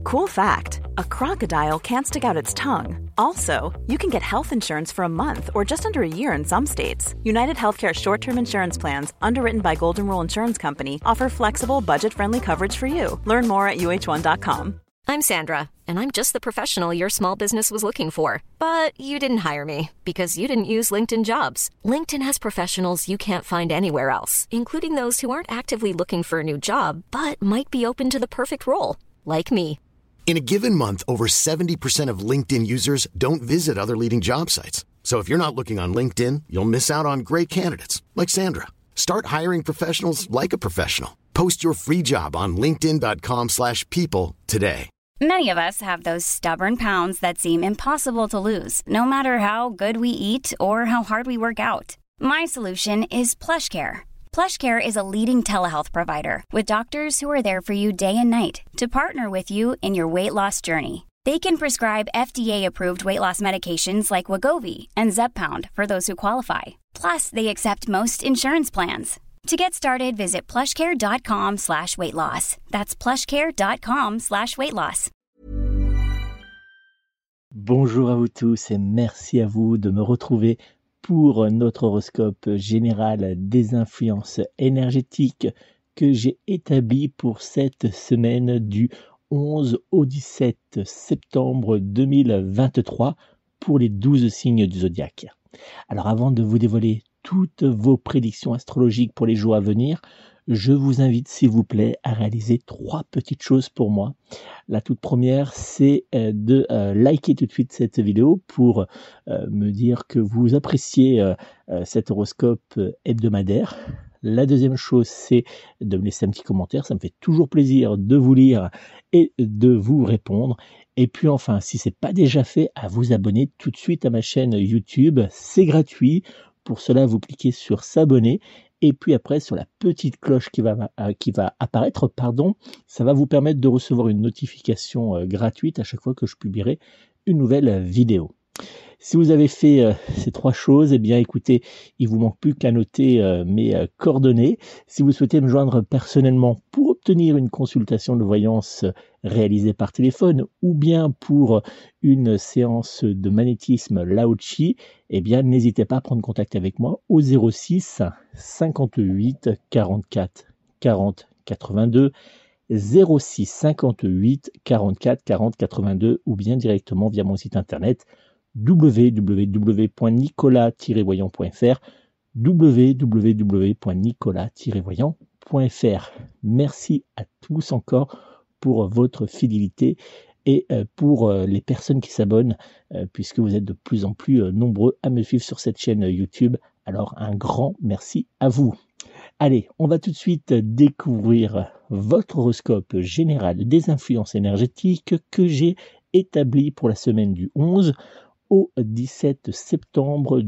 Cool fact, a crocodile can't stick out its tongue. Also, you can get health insurance for a month or just under a year in some states. United Healthcare short-term insurance plans, underwritten by Golden Rule Insurance Company, offer flexible, budget-friendly coverage for you. Learn more at uh1.com. I'm Sandra, and I'm just the professional your small business was looking for. But you didn't hire me because you didn't use LinkedIn Jobs. LinkedIn has professionals you can't find anywhere else, including those who aren't actively looking for a new job, but might be open to the perfect role, like me. In a given month, over 70% of LinkedIn users don't visit other leading job sites. So if you're not looking on LinkedIn, you'll miss out on great candidates like Sandra. Start hiring professionals like a professional. Post your free job on linkedin.com/people today. Many of us have those stubborn pounds that seem impossible to lose, no matter how good we eat or how hard we work out. My solution is PlushCare. PlushCare is a leading telehealth provider with doctors who are there for you day and night to partner with you in your weight loss journey. They can prescribe FDA-approved weight loss medications like Wegovy and Zepbound for those who qualify. Plus, they accept most insurance plans. To get started, visit plushcare.com/weightloss. That's plushcare.com/weightloss. Bonjour à vous tous et merci à vous de me retrouver pour notre horoscope général des influences énergétiques que j'ai établi pour cette semaine du 11 au 17 septembre 2023 pour les 12 signes du zodiaque. Alors avant de vous dévoiler toutes vos prédictions astrologiques pour les jours à venir, je vous invite s'il vous plaît à réaliser 3 petites choses pour moi. La toute première, c'est de liker tout de suite cette vidéo pour me dire que vous appréciez cet horoscope hebdomadaire. La deuxième chose, c'est de me laisser un petit commentaire. Ça me fait toujours plaisir de vous lire et de vous répondre. Et puis enfin, si ce n'est pas déjà fait, à vous abonner tout de suite à ma chaîne YouTube. C'est gratuit. Pour cela, vous cliquez sur s'abonner. Et puis après, sur la petite cloche qui va apparaître, ça va vous permettre de recevoir une notification gratuite à chaque fois que je publierai une nouvelle vidéo. Si vous avez fait ces 3 choses, eh bien écoutez, il vous manque plus qu'à noter mes coordonnées. Si vous souhaitez me joindre personnellement pour obtenir une consultation de voyance réalisée par téléphone ou bien pour une séance de magnétisme Lao-Chi, eh bien n'hésitez pas à prendre contact avec moi au 06 58 44 40 82 06 58 44 40 82 ou bien directement via mon site internet www.nicolas-voyant.fr www.nicolas-voyant.fr. Merci à tous encore pour votre fidélité et pour les personnes qui s'abonnent puisque vous êtes de plus en plus nombreux à me suivre sur cette chaîne YouTube. Alors un grand merci à vous. Allez, on va tout de suite découvrir votre horoscope général des influences énergétiques que j'ai établi pour la semaine du 11 au 17 septembre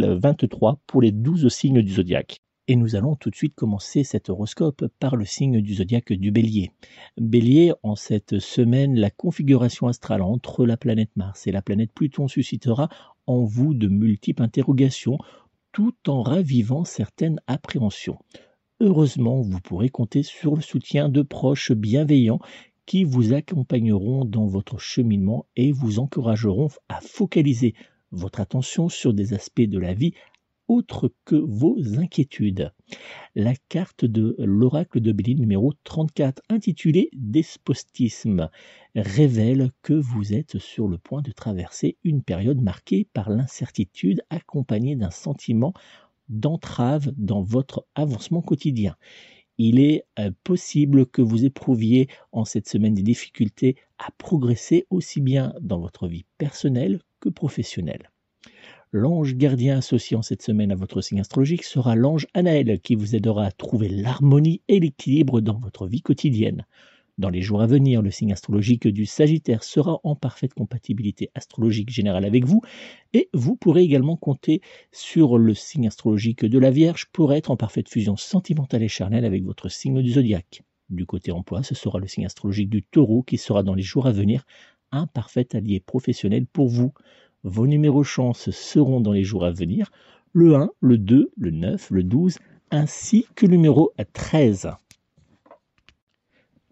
2023 pour les 12 signes du zodiaque. Et nous allons tout de suite commencer cet horoscope par le signe du zodiaque du Bélier. Bélier, en cette semaine, la configuration astrale entre la planète Mars et la planète Pluton suscitera en vous de multiples interrogations tout en ravivant certaines appréhensions. Heureusement, vous pourrez compter sur le soutien de proches bienveillants qui vous accompagneront dans votre cheminement et vous encourageront à focaliser votre attention sur des aspects de la vie autres que vos inquiétudes. La carte de l'oracle de Bélier numéro 34, intitulée Despotisme, révèle que vous êtes sur le point de traverser une période marquée par l'incertitude accompagnée d'un sentiment d'entrave dans votre avancement quotidien. Il est possible que vous éprouviez en cette semaine des difficultés à progresser aussi bien dans votre vie personnelle que professionnelle. L'ange gardien associé en cette semaine à votre signe astrologique sera l'ange Anaël qui vous aidera à trouver l'harmonie et l'équilibre dans votre vie quotidienne. Dans les jours à venir, le signe astrologique du Sagittaire sera en parfaite compatibilité astrologique générale avec vous et vous pourrez également compter sur le signe astrologique de la Vierge pour être en parfaite fusion sentimentale et charnelle avec votre signe du zodiaque. Du côté emploi, ce sera le signe astrologique du Taureau qui sera dans les jours à venir un parfait allié professionnel pour vous. Vos numéros chance seront dans les jours à venir le 1, le 2, le 9, le 12 ainsi que le numéro 13.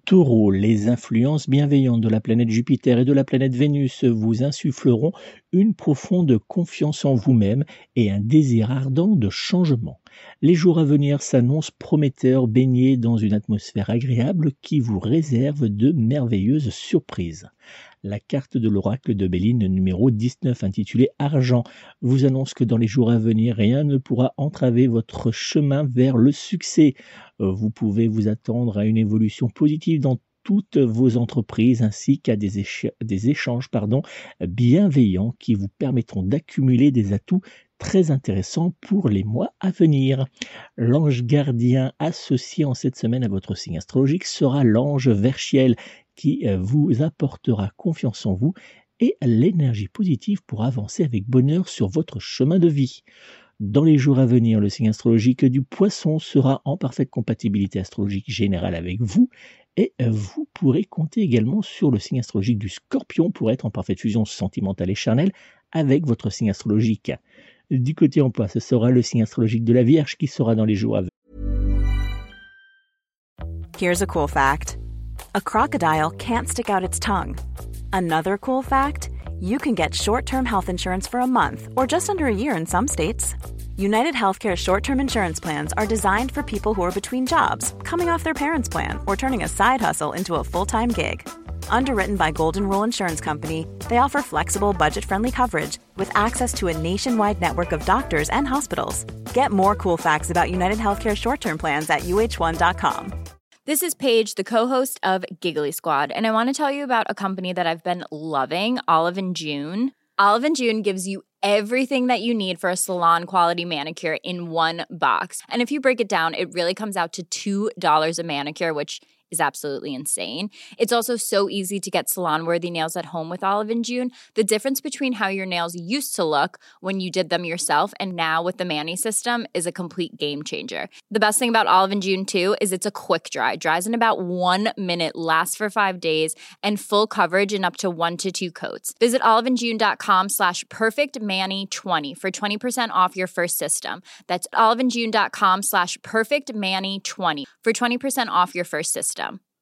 Taureau, les influences bienveillantes de la planète Jupiter et de la planète Vénus vous insuffleront une profonde confiance en vous-même et un désir ardent de changement. Les jours à venir s'annoncent prometteurs, baignés dans une atmosphère agréable qui vous réserve de merveilleuses surprises. La carte de l'oracle de Béline numéro 19 intitulée Argent vous annonce que dans les jours à venir, rien ne pourra entraver votre chemin vers le succès. Vous pouvez vous attendre à une évolution positive dans toutes vos entreprises ainsi qu'à des échanges bienveillants qui vous permettront d'accumuler des atouts très intéressants pour les mois à venir. L'ange gardien associé en cette semaine à votre signe astrologique sera l'ange Verchiel qui vous apportera confiance en vous et l'énergie positive pour avancer avec bonheur sur votre chemin de vie. Dans les jours à venir, le signe astrologique du Poisson sera en parfaite compatibilité astrologique générale avec vous et vous pourrez compter également sur le signe astrologique du Scorpion pour être en parfaite fusion sentimentale et charnelle avec votre signe astrologique. Du côté emploi, ce sera le signe astrologique de la Vierge qui sera dans les jours à venir. Here's a cool fact. A crocodile can't stick out its tongue. Another cool fact, you can get short-term health insurance for a month or just under a year in some states. United Healthcare short-term insurance plans are designed for people who are between jobs, coming off their parents' plan, or turning a side hustle into a full-time gig. Underwritten by Golden Rule Insurance Company, they offer flexible, budget-friendly coverage with access to a nationwide network of doctors and hospitals. Get more cool facts about United Healthcare short-term plans at uh1.com. This is Paige, the co-host of Giggly Squad, and I want to tell you about a company that I've been loving, Olive & June. Olive & June gives you everything that you need for a salon-quality manicure in one box. And if you break it down, it really comes out to $2 a manicure, which is absolutely insane. It's also so easy to get salon-worthy nails at home with Olive & June. The difference between how your nails used to look when you did them yourself and now with the Mani system is a complete game changer. The best thing about Olive & June, too, is it's a quick dry. Dries in about 1 minute, lasts for 5 days, and full coverage in up to 1 to 2 coats. Visit oliveandjune.com/perfectmani20 for 20% off your first system. That's oliveandjune.com/perfectmani20 for 20% off your first system.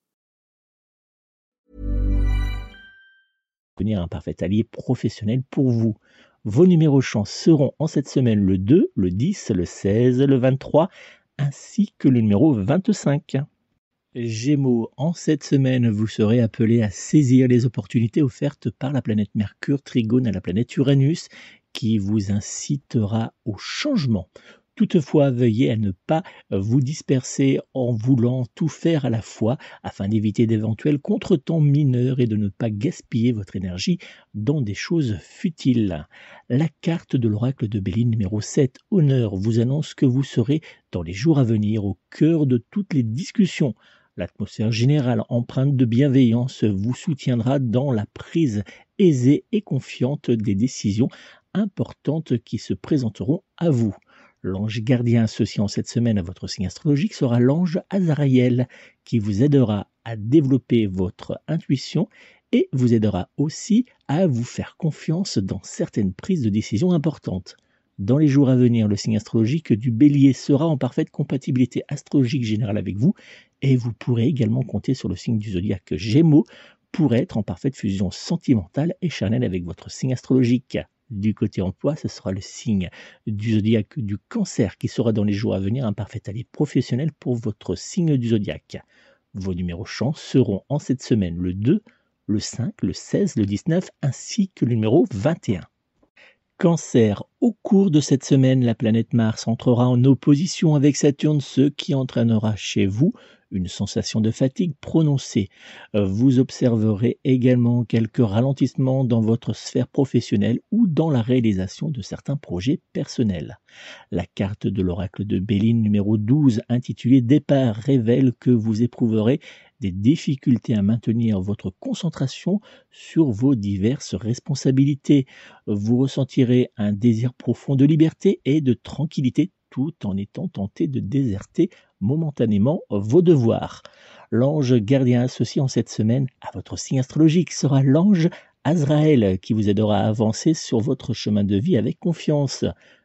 Devenir un parfait allié professionnel pour vous. Vos numéros chance seront en cette semaine le 2, le 10, le 16, le 23, ainsi que le numéro 25. Gémeaux, en cette semaine, vous serez appelé à saisir les opportunités offertes par la planète Mercure, trigone à la planète Uranus, qui vous incitera au changement. Toutefois, veuillez à ne pas vous disperser en voulant tout faire à la fois afin d'éviter d'éventuels contretemps mineurs et de ne pas gaspiller votre énergie dans des choses futiles. La carte de l'oracle de Béline numéro 7, Honneur, vous annonce que vous serez dans les jours à venir au cœur de toutes les discussions. L'atmosphère générale empreinte de bienveillance vous soutiendra dans la prise aisée et confiante des décisions importantes qui se présenteront à vous. L'ange gardien associé en cette semaine à votre signe astrologique sera l'ange Azraël qui vous aidera à développer votre intuition et vous aidera aussi à vous faire confiance dans certaines prises de décision importantes. Dans les jours à venir, le signe astrologique du Bélier sera en parfaite compatibilité astrologique générale avec vous et vous pourrez également compter sur le signe du zodiaque Gémeaux pour être en parfaite fusion sentimentale et charnelle avec votre signe astrologique. Du côté emploi, ce sera le signe du zodiaque du Cancer qui sera dans les jours à venir un parfait allié professionnel pour votre signe du zodiaque. Vos numéros chance seront en cette semaine le 2, le 5, le 16, le 19 ainsi que le numéro 21. Cancer, au cours de cette semaine, la planète Mars entrera en opposition avec Saturne, ce qui entraînera chez vous une sensation de fatigue prononcée. Vous observerez également quelques ralentissements dans votre sphère professionnelle ou dans la réalisation de certains projets personnels. La carte de l'oracle de Béline numéro 12 intitulée Départ révèle que vous éprouverez des difficultés à maintenir votre concentration sur vos diverses responsabilités. Vous ressentirez un désir profond de liberté et de tranquillité tout en étant tenté de déserter momentanément vos devoirs. L'ange gardien associé en cette semaine à votre signe astrologique sera l'ange Azraël qui vous aidera à avancer sur votre chemin de vie avec confiance.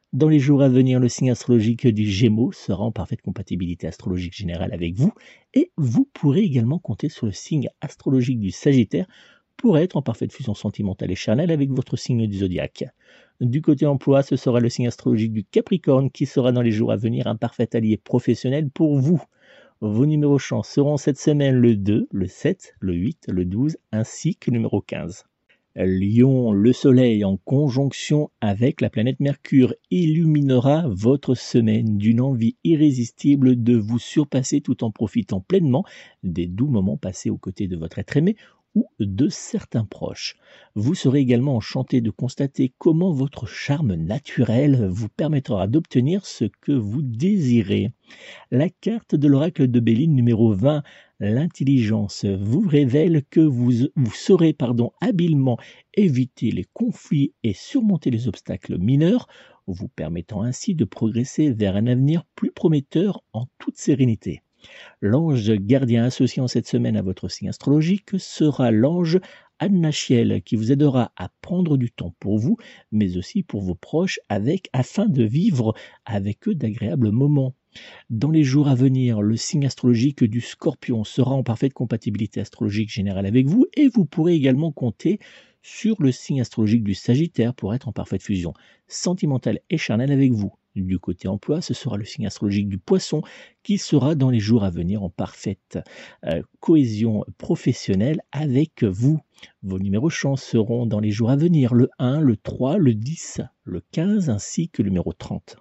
Dans les jours à venir, le signe astrologique du Gémeaux sera en parfaite compatibilité astrologique générale avec vous et vous pourrez également compter sur le signe astrologique du Sagittaire pour être en parfaite fusion sentimentale et charnelle avec votre signe du zodiaque. Du côté emploi, ce sera le signe astrologique du Capricorne qui sera dans les jours à venir un parfait allié professionnel pour vous. Vos numéros chance seront cette semaine le 2, le 7, le 8, le 12 ainsi que le numéro 15. Lion, le soleil en conjonction avec la planète Mercure illuminera votre semaine d'une envie irrésistible de vous surpasser tout en profitant pleinement des doux moments passés aux côtés de votre être aimé ou de certains proches. Vous serez également enchanté de constater comment votre charme naturel vous permettra d'obtenir ce que vous désirez. La carte de l'oracle de Béline numéro 20, l'intelligence, vous révèle que vous saurez habilement éviter les conflits et surmonter les obstacles mineurs, vous permettant ainsi de progresser vers un avenir plus prometteur en toute sérénité. L'ange gardien associé en cette semaine à votre signe astrologique sera l'ange Annachiel qui vous aidera à prendre du temps pour vous, mais aussi pour vos proches afin de vivre avec eux d'agréables moments. Dans les jours à venir, le signe astrologique du Scorpion sera en parfaite compatibilité astrologique générale avec vous et vous pourrez également compter sur le signe astrologique du Sagittaire pour être en parfaite fusion sentimentale et charnelle avec vous. Du côté emploi, ce sera le signe astrologique du Poisson qui sera dans les jours à venir en parfaite cohésion professionnelle avec vous. Vos numéros chance seront dans les jours à venir le 1, le 3, le 10, le 15 ainsi que le numéro 30.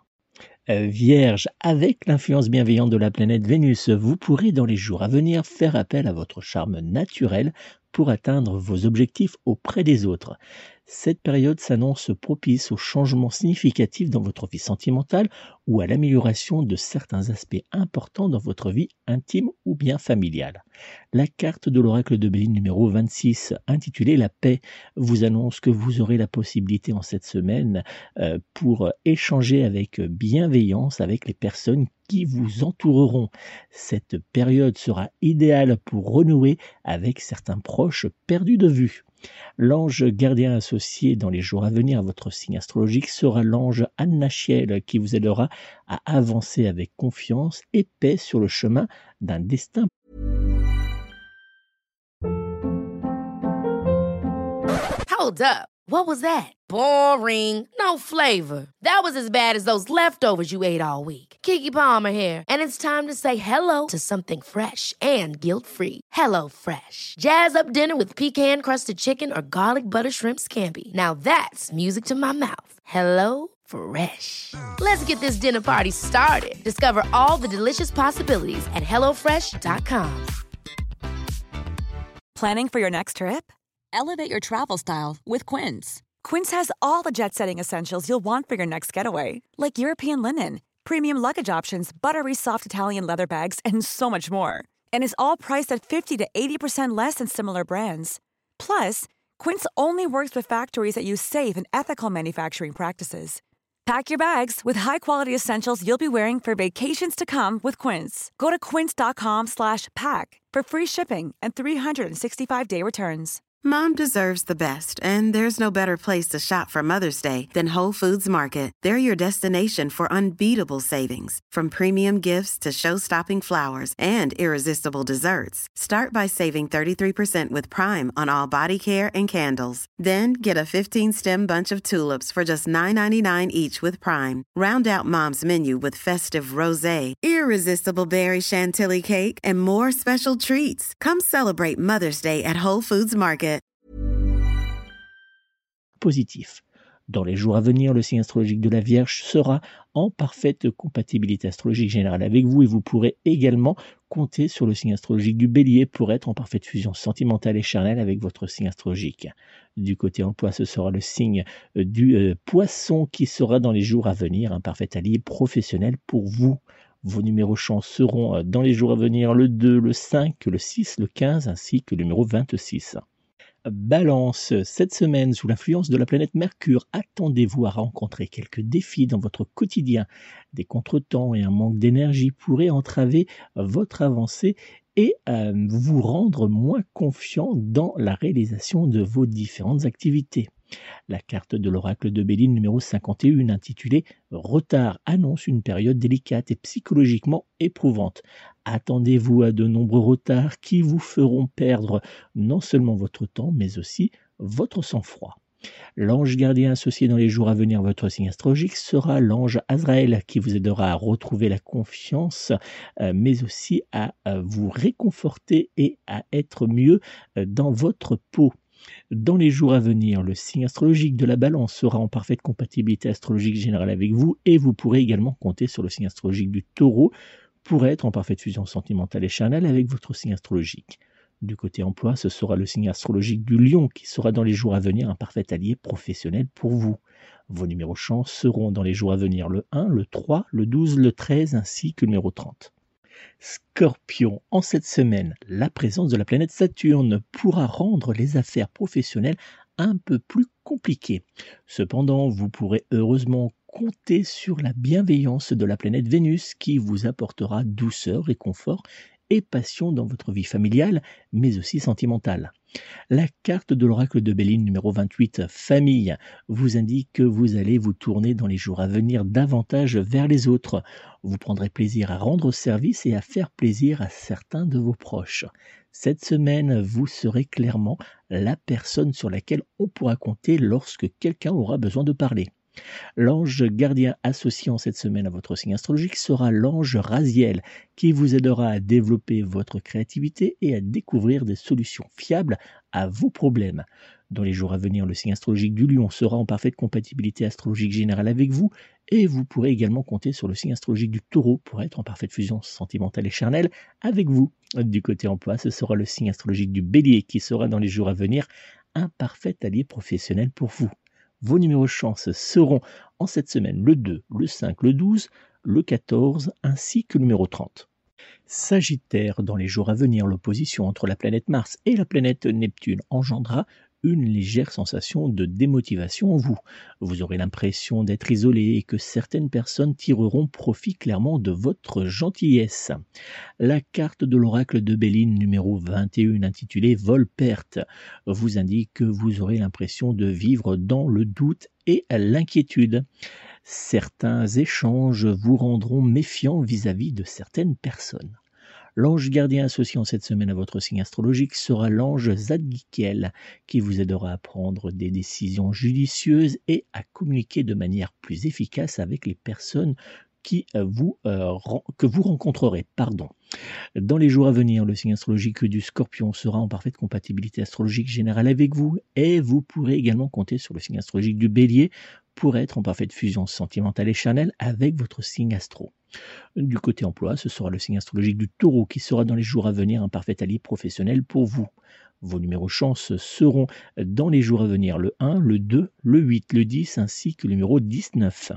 Vierge, avec l'influence bienveillante de la planète Vénus, vous pourrez dans les jours à venir faire appel à votre charme naturel pour atteindre vos objectifs auprès des autres. Cette période s'annonce propice aux changements significatifs dans votre vie sentimentale ou à l'amélioration de certains aspects importants dans votre vie intime ou bien familiale. La carte de l'oracle de Béline numéro 26, intitulée La paix, vous annonce que vous aurez la possibilité en cette semaine pour échanger avec bienveillance avec les personnes qui vous entoureront. Cette période sera idéale pour renouer avec certains proches perdus de vue. L'ange gardien associé dans les jours à venir à votre signe astrologique sera l'ange Annachiel qui vous aidera à avancer avec confiance et paix sur le chemin d'un destin. Hold up. What was that? Boring. No flavor. That was as bad as those leftovers you ate all week. Keke Palmer here, and it's time to say hello to something fresh and guilt-free. Hello Fresh. Jazz up dinner with pecan-crusted chicken or garlic butter shrimp scampi. Now that's music to my mouth. Hello Fresh. Let's get this dinner party started. Discover all the delicious possibilities at HelloFresh.com. Planning for your next trip? Elevate your travel style with Quince. Quince has all the jet-setting essentials you'll want for your next getaway, like European linen, premium luggage options, buttery soft Italian leather bags, and so much more. And is all priced at 50 to 80% less than similar brands. Plus, Quince only works with factories that use safe and ethical manufacturing practices. Pack your bags with high-quality essentials you'll be wearing for vacations to come with Quince. Go to quince.com/pack for free shipping and 365-day returns. Mom deserves the best, and there's no better place to shop for Mother's Day than Whole Foods Market. They're your destination for unbeatable savings, from premium gifts to show-stopping flowers and irresistible desserts. Start by saving 33% with Prime on all body care and candles. Then get a 15-stem bunch of tulips for just $9.99 each with Prime. Round out Mom's menu with festive rosé, irresistible berry chantilly cake, and more special treats. Come celebrate Mother's Day at Whole Foods Market. Positif. Dans les jours à venir, le signe astrologique de la Vierge sera en parfaite compatibilité astrologique générale avec vous et vous pourrez également compter sur le signe astrologique du Bélier pour être en parfaite fusion sentimentale et charnelle avec votre signe astrologique. Du côté emploi, ce sera le signe du Poisson qui sera dans les jours à venir un parfait allié professionnel pour vous. Vos numéros chance seront dans les jours à venir le 2, le 5, le 6, le 15 ainsi que le numéro 26. Balance, cette semaine, sous l'influence de la planète Mercure, attendez-vous à rencontrer quelques défis dans votre quotidien. Des contretemps et un manque d'énergie pourraient entraver votre avancée et vous rendre moins confiant dans la réalisation de vos différentes activités. La carte de l'oracle de Béline numéro 51 intitulée « Retard » annonce une période délicate et psychologiquement éprouvante. Attendez-vous à de nombreux retards qui vous feront perdre non seulement votre temps mais aussi votre sang-froid. L'ange gardien associé dans les jours à venir à votre signe astrologique sera l'ange Azraël qui vous aidera à retrouver la confiance mais aussi à vous réconforter et à être mieux dans votre peau. Dans les jours à venir, le signe astrologique de la Balance sera en parfaite compatibilité astrologique générale avec vous et vous pourrez également compter sur le signe astrologique du Taureau pour être en parfaite fusion sentimentale et charnelle avec votre signe astrologique. Du côté emploi, ce sera le signe astrologique du Lion qui sera dans les jours à venir un parfait allié professionnel pour vous. Vos numéros chance seront dans les jours à venir le 1, le 3, le 12, le 13 ainsi que le numéro 30. Scorpion, en cette semaine, la présence de la planète Saturne pourra rendre les affaires professionnelles un peu plus compliquées. Cependant, vous pourrez heureusement compter sur la bienveillance de la planète Vénus qui vous apportera douceur, réconfort et passion dans votre vie familiale, mais aussi sentimentale. La carte de l'oracle de Béline numéro 28, famille, vous indique que vous allez vous tourner dans les jours à venir davantage vers les autres. Vous prendrez plaisir à rendre service et à faire plaisir à certains de vos proches. Cette semaine, vous serez clairement la personne sur laquelle on pourra compter lorsque quelqu'un aura besoin de parler. L'ange gardien associé en cette semaine à votre signe astrologique sera l'ange Raziel qui vous aidera à développer votre créativité et à découvrir des solutions fiables à vos problèmes. Dans les jours à venir, le signe astrologique du Lion sera en parfaite compatibilité astrologique générale avec vous et vous pourrez également compter sur le signe astrologique du Taureau pour être en parfaite fusion sentimentale et charnelle avec vous. Du côté emploi, ce sera le signe astrologique du Bélier qui sera dans les jours à venir un parfait allié professionnel pour vous. Vos numéros chance seront en cette semaine le 2, le 5, le 12, le 14 ainsi que le numéro 30. Sagittaire, dans les jours à venir, l'opposition entre la planète Mars et la planète Neptune engendrera une légère sensation de démotivation en vous. Vous aurez l'impression d'être isolé et que certaines personnes tireront profit clairement de votre gentillesse. La carte de l'oracle de Béline numéro 21 intitulée Vol-perte vous indique que vous aurez l'impression de vivre dans le doute et l'inquiétude. Certains échanges vous rendront méfiant vis-à-vis de certaines personnes. L'ange gardien associé en cette semaine à votre signe astrologique sera l'ange Zadkiel qui vous aidera à prendre des décisions judicieuses et à communiquer de manière plus efficace avec les personnes que vous rencontrerez. Dans les jours à venir, le signe astrologique du Scorpion sera en parfaite compatibilité astrologique générale avec vous et vous pourrez également compter sur le signe astrologique du Bélier pour être en parfaite fusion sentimentale et charnelle avec votre signe astro. Du côté emploi, ce sera le signe astrologique du Taureau qui sera dans les jours à venir un parfait allié professionnel pour vous. Vos numéros chance seront dans les jours à venir le 1, le 2, le 8, le 10 ainsi que le numéro 19.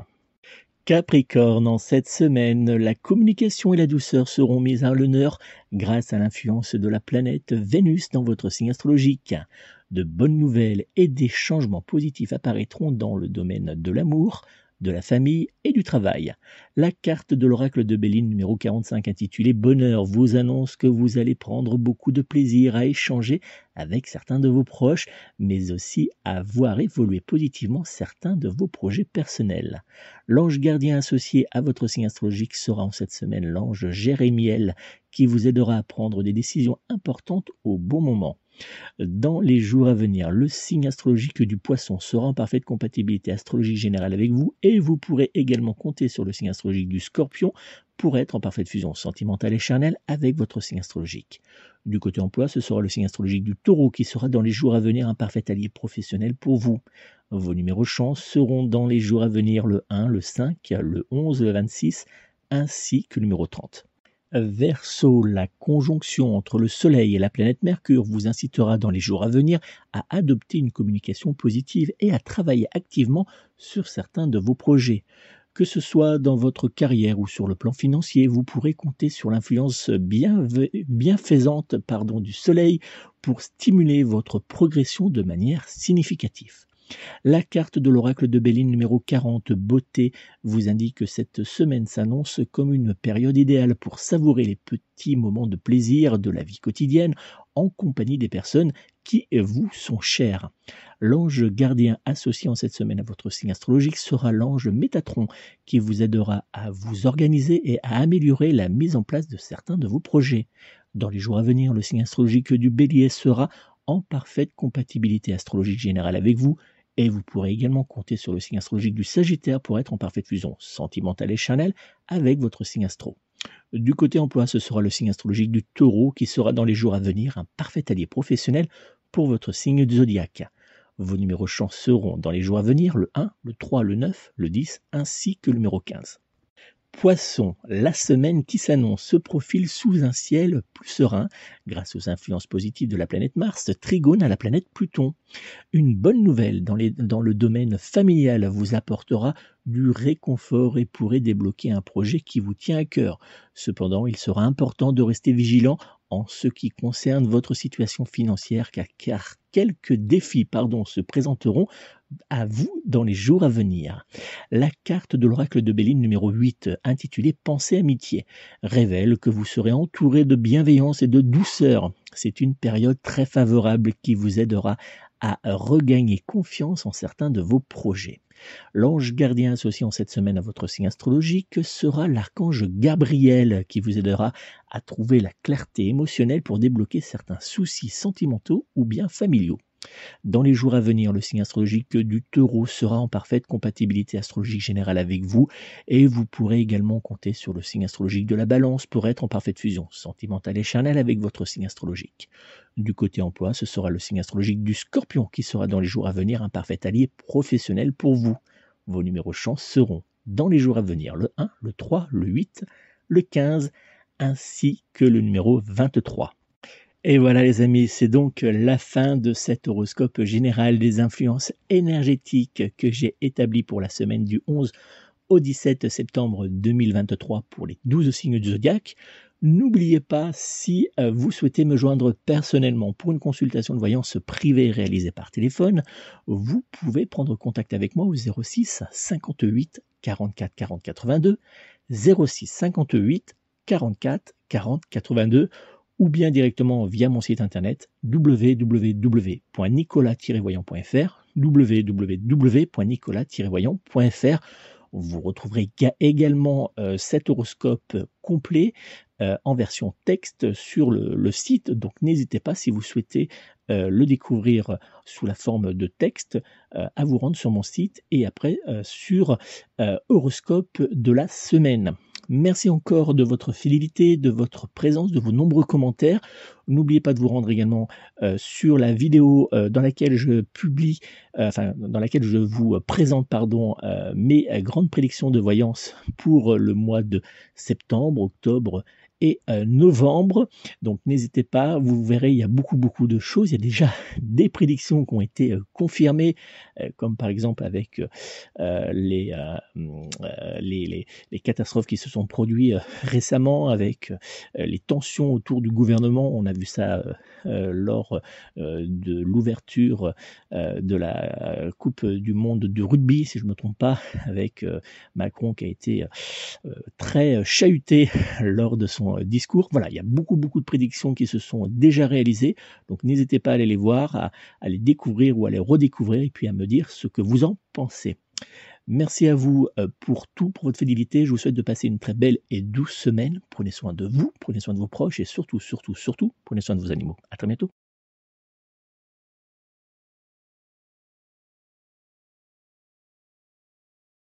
Capricorne, en cette semaine, la communication et la douceur seront mises à l'honneur grâce à l'influence de la planète Vénus dans votre signe astrologique. De bonnes nouvelles et des changements positifs apparaîtront dans le domaine de l'amour, de la famille et du travail. La carte de l'oracle de Béline numéro 45 intitulée Bonheur vous annonce que vous allez prendre beaucoup de plaisir à échanger avec certains de vos proches, mais aussi à voir évoluer positivement certains de vos projets personnels. L'ange gardien associé à votre signe astrologique sera en cette semaine l'ange Jérémiel qui vous aidera à prendre des décisions importantes au bon moment. Dans les jours à venir, le signe astrologique du Poisson sera en parfaite compatibilité astrologique générale avec vous et vous pourrez également compter sur le signe astrologique du Scorpion pour être en parfaite fusion sentimentale et charnelle avec votre signe astrologique. Du côté emploi, ce sera le signe astrologique du Taureau qui sera dans les jours à venir un parfait allié professionnel pour vous. Vos numéros chance seront dans les jours à venir le 1, le 5, le 11, le 26 ainsi que le numéro 30. Verseau, la conjonction entre le Soleil et la planète Mercure vous incitera dans les jours à venir à adopter une communication positive et à travailler activement sur certains de vos projets. Que ce soit dans votre carrière ou sur le plan financier, vous pourrez compter sur l'influence bienfaisante du Soleil pour stimuler votre progression de manière significative. La carte de l'oracle de Béline numéro 40, Beauté, vous indique que cette semaine s'annonce comme une période idéale pour savourer les petits moments de plaisir de la vie quotidienne en compagnie des personnes qui vous sont chères. L'ange gardien associé en cette semaine à votre signe astrologique sera l'ange Métatron qui vous aidera à vous organiser et à améliorer la mise en place de certains de vos projets. Dans les jours à venir, le signe astrologique du Bélier sera en parfaite compatibilité astrologique générale avec vous et vous pourrez également compter sur le signe astrologique du Sagittaire pour être en parfaite fusion sentimentale et charnelle avec votre signe astro. Du côté emploi, ce sera le signe astrologique du Taureau qui sera dans les jours à venir un parfait allié professionnel pour votre signe du zodiaque. Vos numéros chance seront dans les jours à venir le 1, le 3, le 9, le 10 ainsi que le numéro 15. Poisson, la semaine qui s'annonce se profile sous un ciel plus serein grâce aux influences positives de la planète Mars, trigone à la planète Pluton. Une bonne nouvelle dans le domaine familial vous apportera du réconfort et pourrait débloquer un projet qui vous tient à cœur. Cependant, il sera important de rester vigilant en ce qui concerne votre situation financière car quelques défis se présenteront à vous dans les jours à venir. La carte de l'oracle de Béline numéro 8, intitulée Pensée amitié, révèle que vous serez entouré de bienveillance et de douceur. C'est une période très favorable qui vous aidera à regagner confiance en certains de vos projets. L'ange gardien associé en cette semaine à votre signe astrologique sera l'archange Gabriel qui vous aidera à trouver la clarté émotionnelle pour débloquer certains soucis sentimentaux ou bien familiaux. Dans les jours à venir, le signe astrologique du Taureau sera en parfaite compatibilité astrologique générale avec vous et vous pourrez également compter sur le signe astrologique de la Balance pour être en parfaite fusion sentimentale et charnelle avec votre signe astrologique. Du côté emploi, ce sera le signe astrologique du Scorpion qui sera dans les jours à venir un parfait allié professionnel pour vous. Vos numéros chance seront dans les jours à venir le 1, le 3, le 8, le 15 ainsi que le numéro 23. Et voilà les amis, c'est donc la fin de cet horoscope général des influences énergétiques que j'ai établi pour la semaine du 11 au 17 septembre 2023 pour les 12 signes du zodiaque. N'oubliez pas, si vous souhaitez me joindre personnellement pour une consultation de voyance privée réalisée par téléphone, vous pouvez prendre contact avec moi au 06 58 44 40 82, 06 58 44 40 82, ou bien directement via mon site internet www.nicolas-voyant.fr, www.nicolas-voyant.fr. Vous retrouverez également cet horoscope complet en version texte sur le site, donc n'hésitez pas si vous souhaitez le découvrir sous la forme de texte à vous rendre sur mon site et après sur horoscope de la semaine. Merci encore de votre fidélité, de votre présence, de vos nombreux commentaires. N'oubliez pas de vous rendre également sur la vidéo dans laquelle je vous présente mes grandes prédictions de voyance pour le mois de septembre, octobre et novembre. Donc n'hésitez pas, vous verrez, il y a beaucoup de choses. Il y a déjà des prédictions qui ont été confirmées, comme par exemple avec les catastrophes qui se sont produites récemment, avec les tensions autour du gouvernement. On a vu ça lors de l'ouverture de la Coupe du Monde du rugby, si je ne me trompe pas, avec Macron qui a été très chahuté lors de son discours. Voilà, il y a beaucoup de prédictions qui se sont déjà réalisées, donc n'hésitez pas à aller les voir, à les découvrir ou à les redécouvrir et puis à me dire ce que vous en pensez. Merci à vous pour votre fidélité. Je vous souhaite de passer une très belle et douce semaine. Prenez soin de vous, prenez soin de vos proches et surtout, prenez soin de vos animaux. À très bientôt.